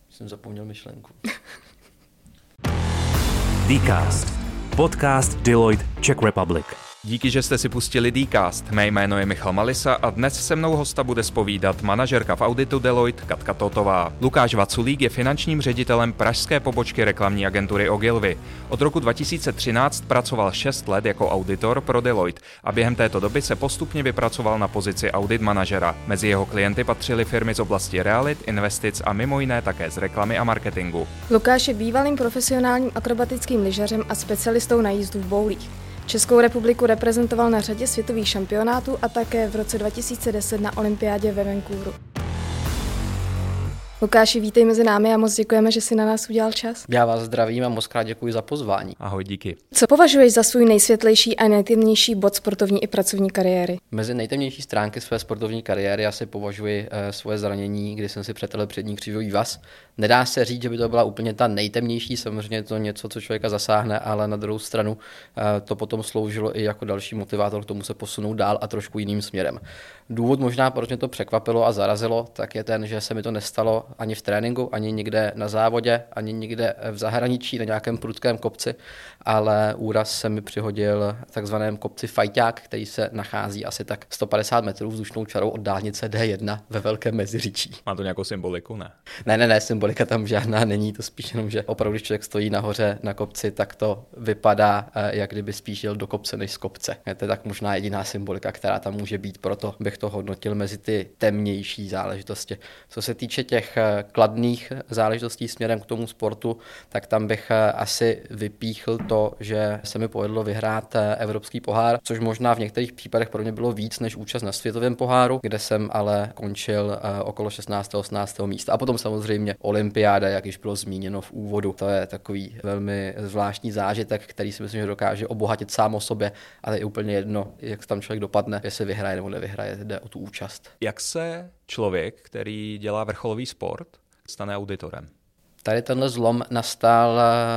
Jsem zapomněl myšlenku. Dcast. Podcast Deloitte Czech Republic. Díky, že jste si pustili Dcast. Mé jméno je Michal Malisa a dnes se mnou hosta bude zpovídat manažerka v auditu Deloitte Katka Totová. Lukáš Vaculík je finančním ředitelem pražské pobočky reklamní agentury Ogilvy. Od roku 2013 pracoval 6 let jako auditor pro Deloitte a během této doby se postupně vypracoval na pozici audit manažera. Mezi jeho klienty patřily firmy z oblasti realit, investic a mimo jiné také z reklamy a marketingu. Lukáš je bývalým profesionálním akrobatickým lyžařem a specialistou na jízdu v boulích. Českou republiku reprezentoval na řadě světových šampionátů a také v roce 2010 na olympiádě ve Vancouveru. Lukáši, vítej mezi námi a moc děkujeme, že jsi na nás udělal čas. Já vás zdravím a moc krát děkuji za pozvání. Ahoj, díky. Co považuješ za svůj nejsvětlejší a nejtemnější bod sportovní i pracovní kariéry? Mezi nejtemnější stránky své sportovní kariéry asi považuji svoje zranění, kdy jsem si přetrhl přední křivový vaz. Nedá se říct, že by to byla úplně ta nejtemnější, samozřejmě je to něco, co člověka zasáhne, ale na druhou stranu to potom sloužilo i jako další motivátor k tomu se posunout dál a trošku jiným směrem. Důvod možná, proč mě to překvapilo a zarazilo, tak je ten, že se mi to nestalo ani v tréninku, ani nikde na závodě, ani nikde v zahraničí na nějakém prudkém kopci, ale úraz se mi přihodil takzvaném kopci Fajťák, který se nachází asi tak 150 metrů vzdušnou čarou od dálnice D1 ve Velkém Meziříčí. Má to nějakou symboliku, ne? Ne, symbolika tam žádná není, to spíš jenom, že opravdu, když člověk stojí nahoře na kopci, tak to vypadá, jak kdyby spíš jel do kopce než z kopce. To je tak možná jediná symbolika, která tam může být, proto bych to hodnotil mezi ty temnější záležitosti. Co se týče těch kladných záležitostí směrem k tomu sportu, tak tam bych asi vypíchl to, že se mi povedlo vyhrát Evropský pohár, což možná v některých případech pro mě bylo víc než účast na světovém poháru, kde jsem ale končil okolo 16. 18. místa. A potom samozřejmě olympiáda, jak již bylo zmíněno v úvodu. To je takový velmi zvláštní zážitek, který si myslím, že dokáže obohatit sám o sobě, ale je úplně jedno, jak tam člověk dopadne, jestli vyhraje nebo nevyhraje, jde o tu účast. Jak se člověk, který dělá vrcholový sport, stane auditorem? Tady tenhle zlom nastal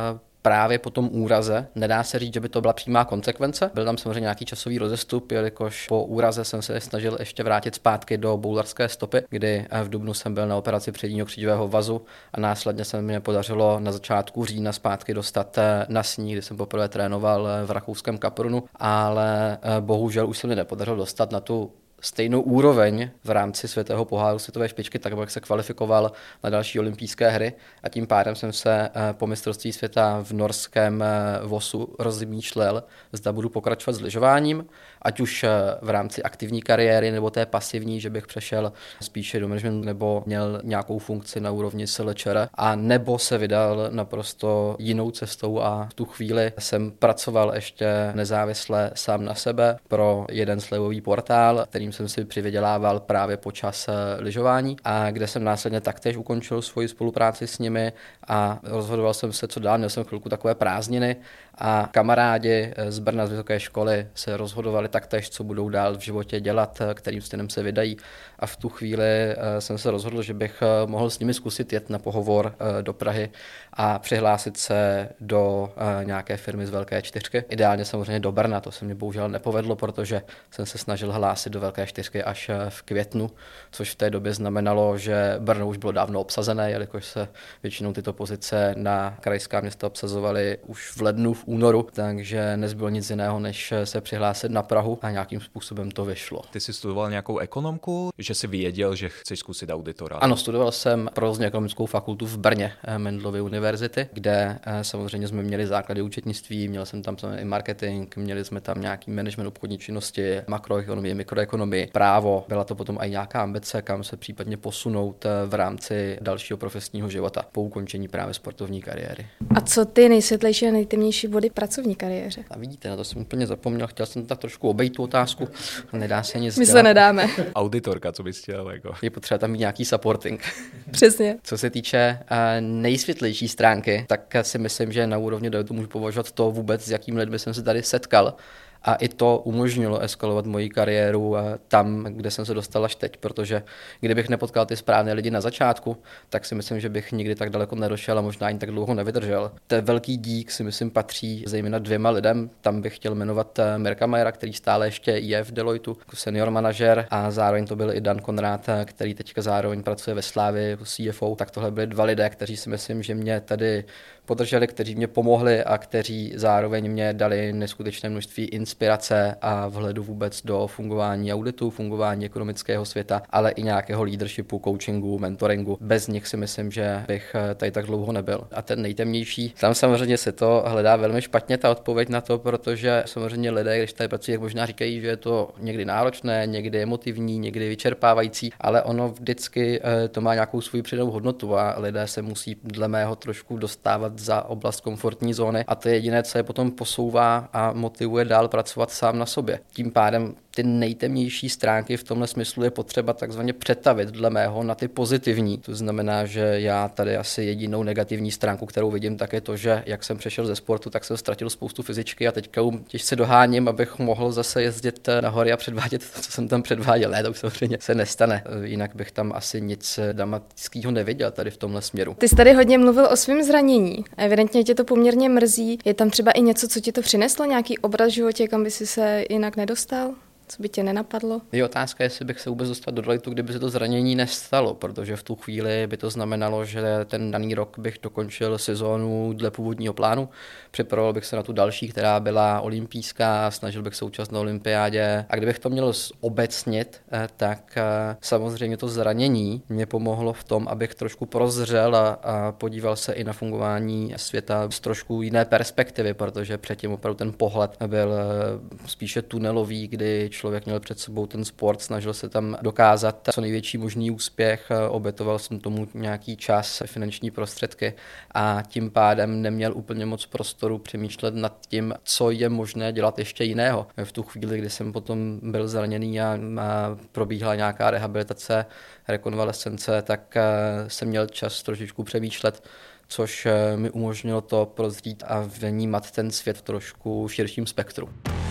právě po tom úraze. Nedá se říct, že by to byla přímá konsekvence. Byl tam samozřejmě nějaký časový rozestup, jelikož po úraze jsem se snažil ještě vrátit zpátky do boularské stopy, kdy v dubnu jsem byl na operaci předního křížového vazu a následně se mi podařilo na začátku října zpátky dostat na sníh, kdy jsem poprvé trénoval v rakouském Kaprunu, ale bohužel už se mi nepodařilo dostat na tu stejnou úroveň v rámci světového poháru světové špičky, tak abych se kvalifikoval na další olympijské hry a tím pádem jsem se po mistrovství světa v norském Vosu rozmýšlel, zda budu pokračovat s lyžováním, ať už v rámci aktivní kariéry nebo té pasivní, že bych přešel spíše do managementu nebo měl nějakou funkci na úrovni SLČR a nebo se vydal naprosto jinou cestou a v tu chvíli jsem pracoval ještě nezávisle sám na sebe pro jeden slevový portál, kterým jsem si přivydělával právě počas lyžování a kde jsem následně taktéž ukončil svoji spolupráci s nimi a rozhodoval jsem se, co dál. Měl jsem chvilku takové prázdniny a kamarádi z Brna z vysoké školy se rozhodovali taktéž, co budou dál v životě dělat, kterým stěnem se vydají a v tu chvíli jsem se rozhodl, že bych mohl s nimi zkusit jet na pohovor do Prahy a přihlásit se do nějaké firmy z Velké čtyřky. Ideálně samozřejmě do Brna, to se mi bohužel nepovedlo, protože jsem se snažil hlásit do Velké čtyřky až v květnu, což v té době znamenalo, že Brno už bylo dávno obsazené, jelikož se většinou tyto pozice na krajská města obsazovaly už v lednu, v únoru, takže nezbylo nic jiného, než se přihlásit na Prahu a nějakým způsobem to vyšlo. Ty jsi studoval nějakou ekonomku, že jsi věděl, že chceš zkusit auditora? Ano, studoval jsem provozní ekonomickou fakultu v Brně Mendelovy univerzity, kde samozřejmě jsme měli základy účetnictví, měl jsem tam i marketing, měli jsme tam nějaký management obchodní činnosti, makroekonomie, mikroekonomii, právo. Byla to potom i nějaká ambice, kam se případně posunout v rámci dalšího profesního života po ukončení právě sportovní kariéry. A co ty nejsvětlejší a nejtemnější body pracovní kariéře? A vidíte, na to jsem úplně zapomněl, chtěl jsem tak trošku obejít tu otázku, nedá se nic My dělat. se nedáme. Auditorka, co bys chtěl? Jako? Je potřeba tam mít nějaký supporting. Přesně. Co se týče nejsvětlejší stránky, tak si myslím, že na úrovni to můžu považovat to vůbec, s jakými lidmi jsem se tady setkal A i to umožnilo eskalovat moji kariéru tam, kde jsem se dostal až teď, protože kdybych nepotkal ty správné lidi na začátku, tak si myslím, že bych nikdy tak daleko nedošel a možná ani tak dlouho nevydržel. Ten velký dík si myslím patří zejména 2 lidem. Tam bych chtěl jmenovat Mirka Majera, který stále ještě je v Deloitu jako senior manažer, a zároveň to byl i Dan Konrád, který teďka zároveň pracuje ve Slavii jako CFO. Tak tohle byli 2 lidé, kteří si myslím, že mě tady podrželi, kteří mě pomohli a kteří zároveň mě dali neskutečné množství inspirace a vhledu vůbec do fungování auditu, fungování ekonomického světa, ale i nějakého leadershipu, coachingu, mentoringu. Bez nich si myslím, že bych tady tak dlouho nebyl. A ten nejtemnější, tam samozřejmě se to hledá velmi špatně, ta odpověď na to, protože samozřejmě lidé, když tady pracují, možná říkají, že je to někdy náročné, někdy emotivní, někdy vyčerpávající, ale ono vždycky to má nějakou svou přidanou hodnotu a lidé se musí dle mého trošku dostávat za oblast komfortní zóny a to je jediné, co je potom posouvá a motivuje dál pracovat sám na sobě. Tím pádem ty nejtemnější stránky v tomhle smyslu je potřeba takzvaně přetavit dle mého na ty pozitivní. To znamená, že já tady asi jedinou negativní stránku, kterou vidím, tak je to, že jak jsem přešel ze sportu, tak jsem ztratil spoustu fyzičky a teďka těžce doháním, abych mohl zase jezdit na hory a předvádět to, co jsem tam předváděl. Ne, to už samozřejmě se nestane. Jinak bych tam asi nic dramatického neviděl tady v tomhle směru. Ty jsi tady hodně mluvil o svém zranění. Evidentně tě to poměrně mrzí. Je tam třeba i něco, co ti to přineslo, nějaký obraz v životě, kam by si se jinak nedostal? Co by tě nenapadlo? Je otázka, jestli bych se vůbec dostal do Deloitu, kdyby se to zranění nestalo, protože v tu chvíli by to znamenalo, že ten daný rok bych dokončil sezónu dle původního plánu. Připravoval bych se na tu další, která byla olympijská, snažil bych se účast na olympiádě. A kdybych to měl obecnit, tak samozřejmě to zranění mě pomohlo v tom, abych trošku prozřel a podíval se i na fungování světa z trošku jiné perspektivy, protože předtím opravdu ten pohled byl spíše tunelový, kdy člověk měl před sebou ten sport, snažil se tam dokázat co největší možný úspěch, obětoval jsem tomu nějaký čas, finanční prostředky a tím pádem neměl úplně moc prostoru přemýšlet nad tím, co je možné dělat ještě jiného. V tu chvíli, kdy jsem potom byl zraněný a probíhala nějaká rehabilitace, rekonvalescence, tak jsem měl čas trošičku přemýšlet, což mi umožnilo to prozřít a vnímat ten svět v trošku širším spektru.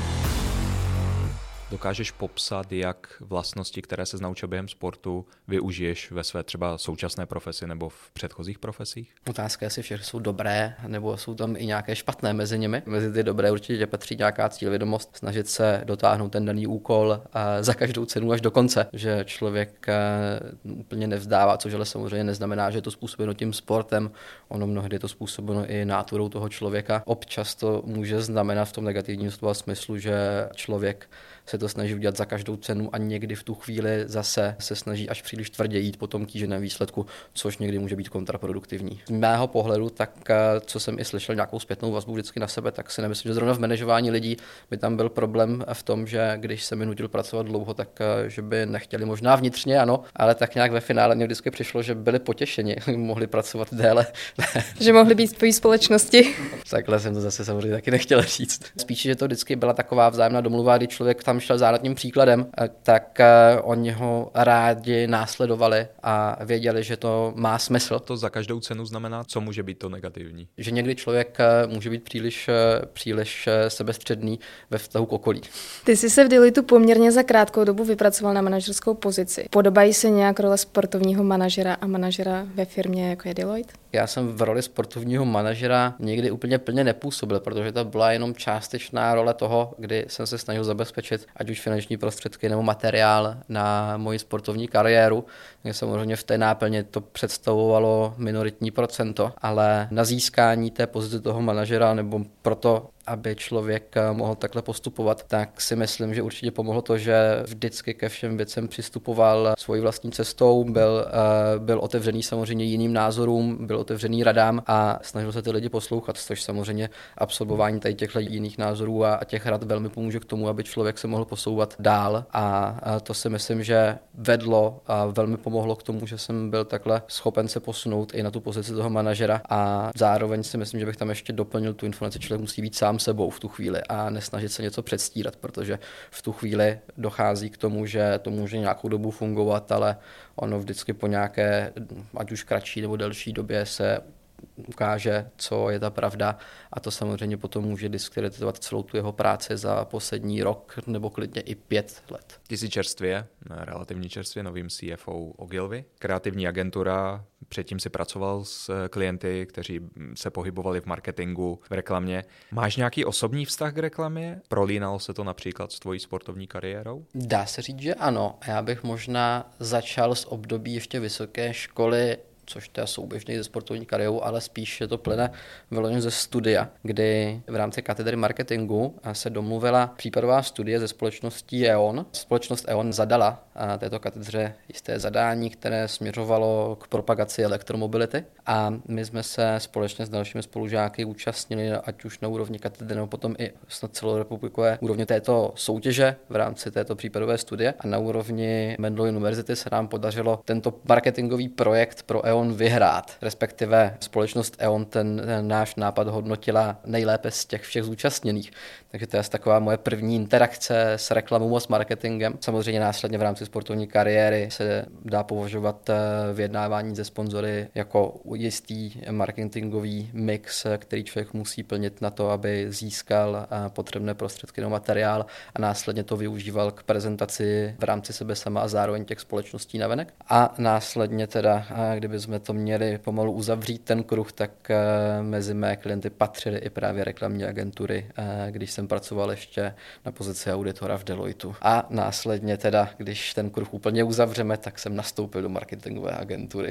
Dokážeš popsat, jak vlastnosti, které se naučil během sportu, využiješ ve své třeba současné profesi nebo v předchozích profesích? Otázka je, jestli všechny jsou dobré, nebo jsou tam i nějaké špatné mezi nimi. Mezi ty dobré určitě patří nějaká cílevědomost, snažit se dotáhnout ten daný úkol za každou cenu až do konce, že člověk úplně nevzdává, což ale samozřejmě neznamená, že je to způsobeno tím sportem. Ono mnohdy je to způsobeno i náturou toho člověka. Občas to může znamenat v tom negativním slova smyslu, že člověk se to snaží udělat za každou cenu a někdy v tu chvíli zase se snaží až příliš tvrdě jít po tom kýženém výsledku, což někdy může být kontraproduktivní. Z mého pohledu, tak co jsem i slyšel nějakou zpětnou vazbu vždycky na sebe, tak si nemyslím, že zrovna v manažování lidí by tam byl problém v tom, že když se mi nutil pracovat dlouho, tak že by nechtěli možná vnitřně, ano, ale tak nějak ve finále mě vždycky přišlo, že byli potěšeni, mohli pracovat déle. Že mohli být v tvojí společnosti. Takhle jsem to zase samozřejmě taky nechtěl říct. Spíše, že to vždycky byla taková vzájemná domluva, kdy člověk tam šel záradním příkladem, tak oni ho rádi následovali a věděli, že to má smysl. To za každou cenu znamená, co může být to negativní? Že někdy člověk může být příliš sebestředný ve vztahu k okolí. Ty jsi se v Deloitu poměrně za krátkou dobu vypracoval na manažerskou pozici. Podobají se nějak role sportovního manažera a manažera ve firmě, jako je Deloitte? Já jsem v roli sportovního manažera někdy úplně plně nepůsobil, protože to byla jenom částečná role toho, kdy jsem se snažil zabezpečit ať už finanční prostředky nebo materiál na moji sportovní kariéru. Samozřejmě v té náplně to představovalo minoritní procento, ale na získání té pozice toho manažera nebo proto, aby člověk mohl takhle postupovat, tak si myslím, že určitě pomohlo to, že vždycky ke všem věcem přistupoval svojí vlastní cestou, byl otevřený samozřejmě jiným názorům, byl otevřený radám a snažil se ty lidi poslouchat, což samozřejmě absorbování tady těchto jiných názorů a těch rad velmi pomůže k tomu, aby člověk se mohl posouvat dál a to si myslím, že vedlo a velmi pomohlo k tomu, že jsem byl takhle schopen se posunout i na tu pozici toho manažera a zároveň si myslím, že bych tam ještě doplnil tu informaci, člověk musí být sám sebou v tu chvíli a nesnažit se něco předstírat, protože v tu chvíli dochází k tomu, že to může nějakou dobu fungovat, ale ono vždycky po nějaké, ať už kratší nebo delší době se ukáže, co je ta pravda, a to samozřejmě potom může diskreditovat celou tu jeho práci za poslední rok nebo klidně i 5 let. Ty jsi relativně čerstvě novým CFO Ogilvy, kreativní agentura, předtím si pracoval s klienty, kteří se pohybovali v marketingu, v reklamě. Máš nějaký osobní vztah k reklamě? Prolínalo se to například s tvojí sportovní kariérou? Dá se říct, že ano. Já bych možná začal z období ještě vysoké školy, což to je souběžně se sportovní kariérou, ale spíš je to plyne vyloženě ze studia, kdy v rámci katedry marketingu se domluvila případová studie ze společností E.ON. Společnost E.ON zadala této katedře jisté zadání, které směřovalo k propagaci elektromobility, a my jsme se společně s dalšími spolužáky účastnili, ať už na úrovni katedry nebo potom i snad celorepublikové úrovni této soutěže v rámci této případové studie, a na úrovni Menlo University se nám podařilo tento marketingový projekt pro E.ON vyhrát, respektive společnost E.ON ten náš nápad hodnotila nejlépe z těch všech zúčastněných. Takže to je taková moje první interakce s reklamou a s marketingem. Samozřejmě následně v rámci sportovní kariéry se dá považovat vyjednávání ze sponzory jako jistý marketingový mix, který člověk musí plnit na to, aby získal potřebné prostředky na materiál a následně to využíval k prezentaci v rámci sebe sama a zároveň těch společností navenek. A následně teda, kdyby jsme to měli pomalu uzavřít ten kruh, tak mezi mé klienty patřily i právě reklamní agentury, když jsem pracoval ještě na pozici auditora v Deloitu. A následně teda, když ten kruh úplně uzavřeme, tak jsem nastoupil do marketingové agentury.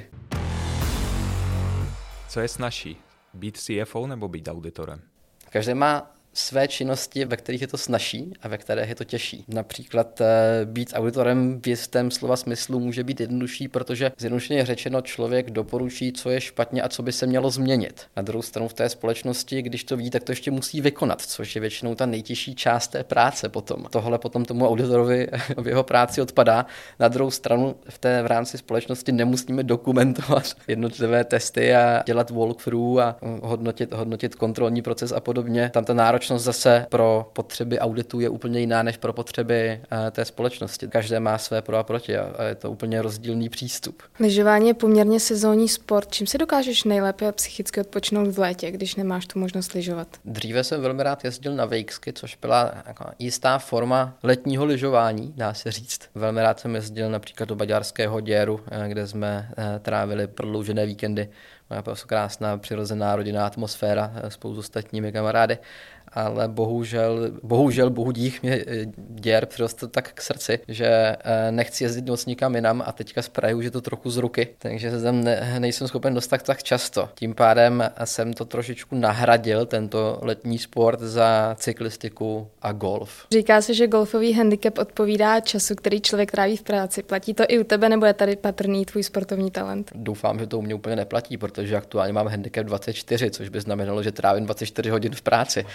Co je snazší? Být CFO nebo být auditorem? Každý má své činnosti, ve kterých je to snazší a ve kterých je to těžší. Například být auditorem v jistém slova smyslu může být jednodušší, protože zjednodušeně řečeno člověk doporučí, co je špatně a co by se mělo změnit. Na druhou stranu v té společnosti, když to ví, tak to ještě musí vykonat, což je většinou ta nejtěžší část té práce potom. Tohle potom tomu auditorovi v jeho práci odpadá. Na druhou stranu v rámci společnosti nemusíme dokumentovat jednotlivé testy a dělat walkthrough a hodnotit kontrolní proces a podobně. Tam ta náročnost zase pro potřeby auditu je úplně jiná než pro potřeby té společnosti. Každé má své pro a proti a je to úplně rozdílný přístup. Lyžování je poměrně sezónní sport. Čím si dokážeš nejlépe psychicky odpočinout v létě, když nemáš tu možnost lyžovat? Dříve jsem velmi rád jezdil na vejksky, což byla jistá forma letního lyžování, dá se říct. Velmi rád jsem jezdil například do Baďarského Děru, kde jsme trávili prodloužené víkendy. Má prostě krásná přirozená rodinná atmosféra spolu s ostatními kamarády, ale bohužel bohu dík mě Děr přirostl tak k srdci, že nechci jezdit moc nikam jinam a teďka z Prahy už je to trochu z ruky, takže se tam nejsem schopen dostat tak často. Tím pádem jsem to trošičku nahradil, tento letní sport, za cyklistiku a golf. Říká se, že golfový handicap odpovídá času, který člověk tráví v práci. Platí to i u tebe, nebo je tady patrný tvůj sportovní talent? Doufám, že to u mě úplně neplatí, protože aktuálně mám handicap 24, což by znamenalo, že trávím 24 hodin v práci.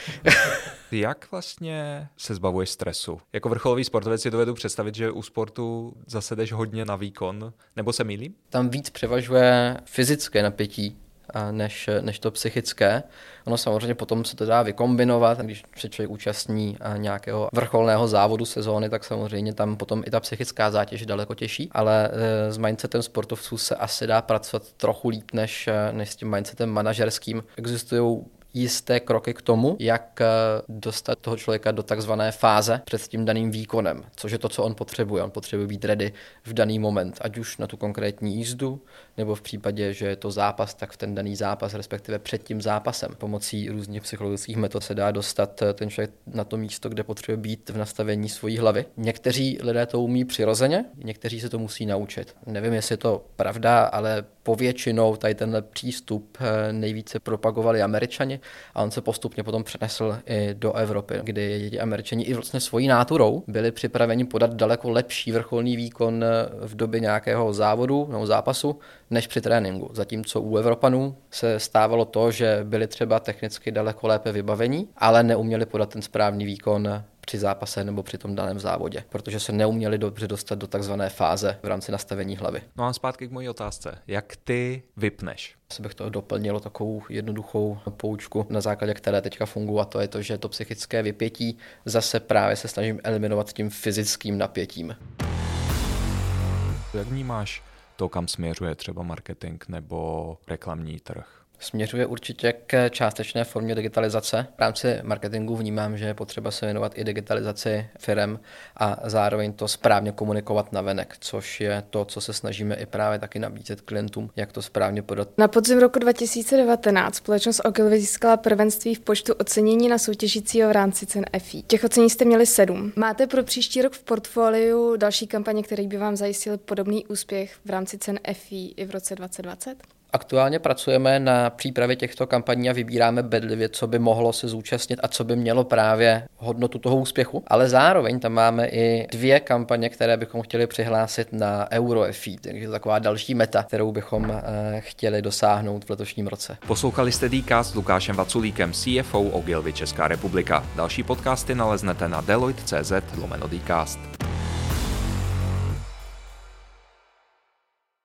Jak vlastně se zbavuješ stresu? Jako vrcholový sportovec si dovedu představit, že u sportu zase jdeš hodně na výkon, nebo se mýlím? Tam víc převažuje fyzické napětí než to psychické. Ono samozřejmě potom se to dá vykombinovat, když se člověk účastní nějakého vrcholného závodu sezóny, tak samozřejmě tam potom i ta psychická zátěž je daleko těžší, ale s mindsetem sportovců se asi dá pracovat trochu líp než s tím mindsetem manažerským. Existují jisté kroky k tomu, jak dostat toho člověka do takzvané fáze před tím daným výkonem, což je to, co on potřebuje. On potřebuje být ready v daný moment, ať už na tu konkrétní jízdu, nebo v případě, že je to zápas, tak v ten daný zápas, respektive před tím zápasem. Pomocí různých psychologických metod se dá dostat ten člověk na to místo, kde potřebuje být v nastavení svojí hlavy. Někteří lidé to umí přirozeně, někteří se to musí naučit. Nevím, jestli je to pravda, ale povětšinou tady tenhle přístup nejvíce propagovali Američani a on se postupně potom přenesl i do Evropy, kdy Američani i vlastně svojí náturou byli připraveni podat daleko lepší vrcholný výkon v době nějakého závodu nebo zápasu, než při tréninku. Zatímco u Evropanů se stávalo to, že byli třeba technicky daleko lépe vybavení, ale neuměli podat ten správný výkon při zápase nebo při tom daném závodě, protože se neuměli dobře dostat do takzvané fáze v rámci nastavení hlavy. No a zpátky k mojí otázce. Jak ty vypneš? Asi bych to doplnil takovou jednoduchou poučku, na základě které teďka funguje, a to je to, že to psychické vypětí zase právě se snažím eliminovat tím fyzickým napětím. Jak vnímáš to, kam směřuje třeba marketing nebo reklamní trh? Směřuje určitě k částečné formě digitalizace. V rámci marketingu vnímám, že je potřeba se věnovat i digitalizaci firem a zároveň to správně komunikovat navenek, což je to, co se snažíme i právě taky nabízet klientům, jak to správně podat. Na podzim roku 2019 společnost Ogilvy získala prvenství v počtu ocenění na soutěžícího v rámci cen EFI. Těch ocení jste měli 7. Máte pro příští rok v portfoliu další kampaně, které by vám zajistily podobný úspěch v rámci cen EFI i v roce 2020? Aktuálně pracujeme na přípravě těchto kampaní a vybíráme bedlivě, co by mohlo se zúčastnit a co by mělo právě hodnotu toho úspěchu. Ale zároveň tam máme i 2 kampaně, které bychom chtěli přihlásit na EuroFI, takže taková další meta, kterou bychom chtěli dosáhnout v letošním roce. Poslouchali jste Dcast s Lukášem Vaculíkem, CFO Ogilvy Česká republika. Další podcasty naleznete na deloitte.cz/Dcast.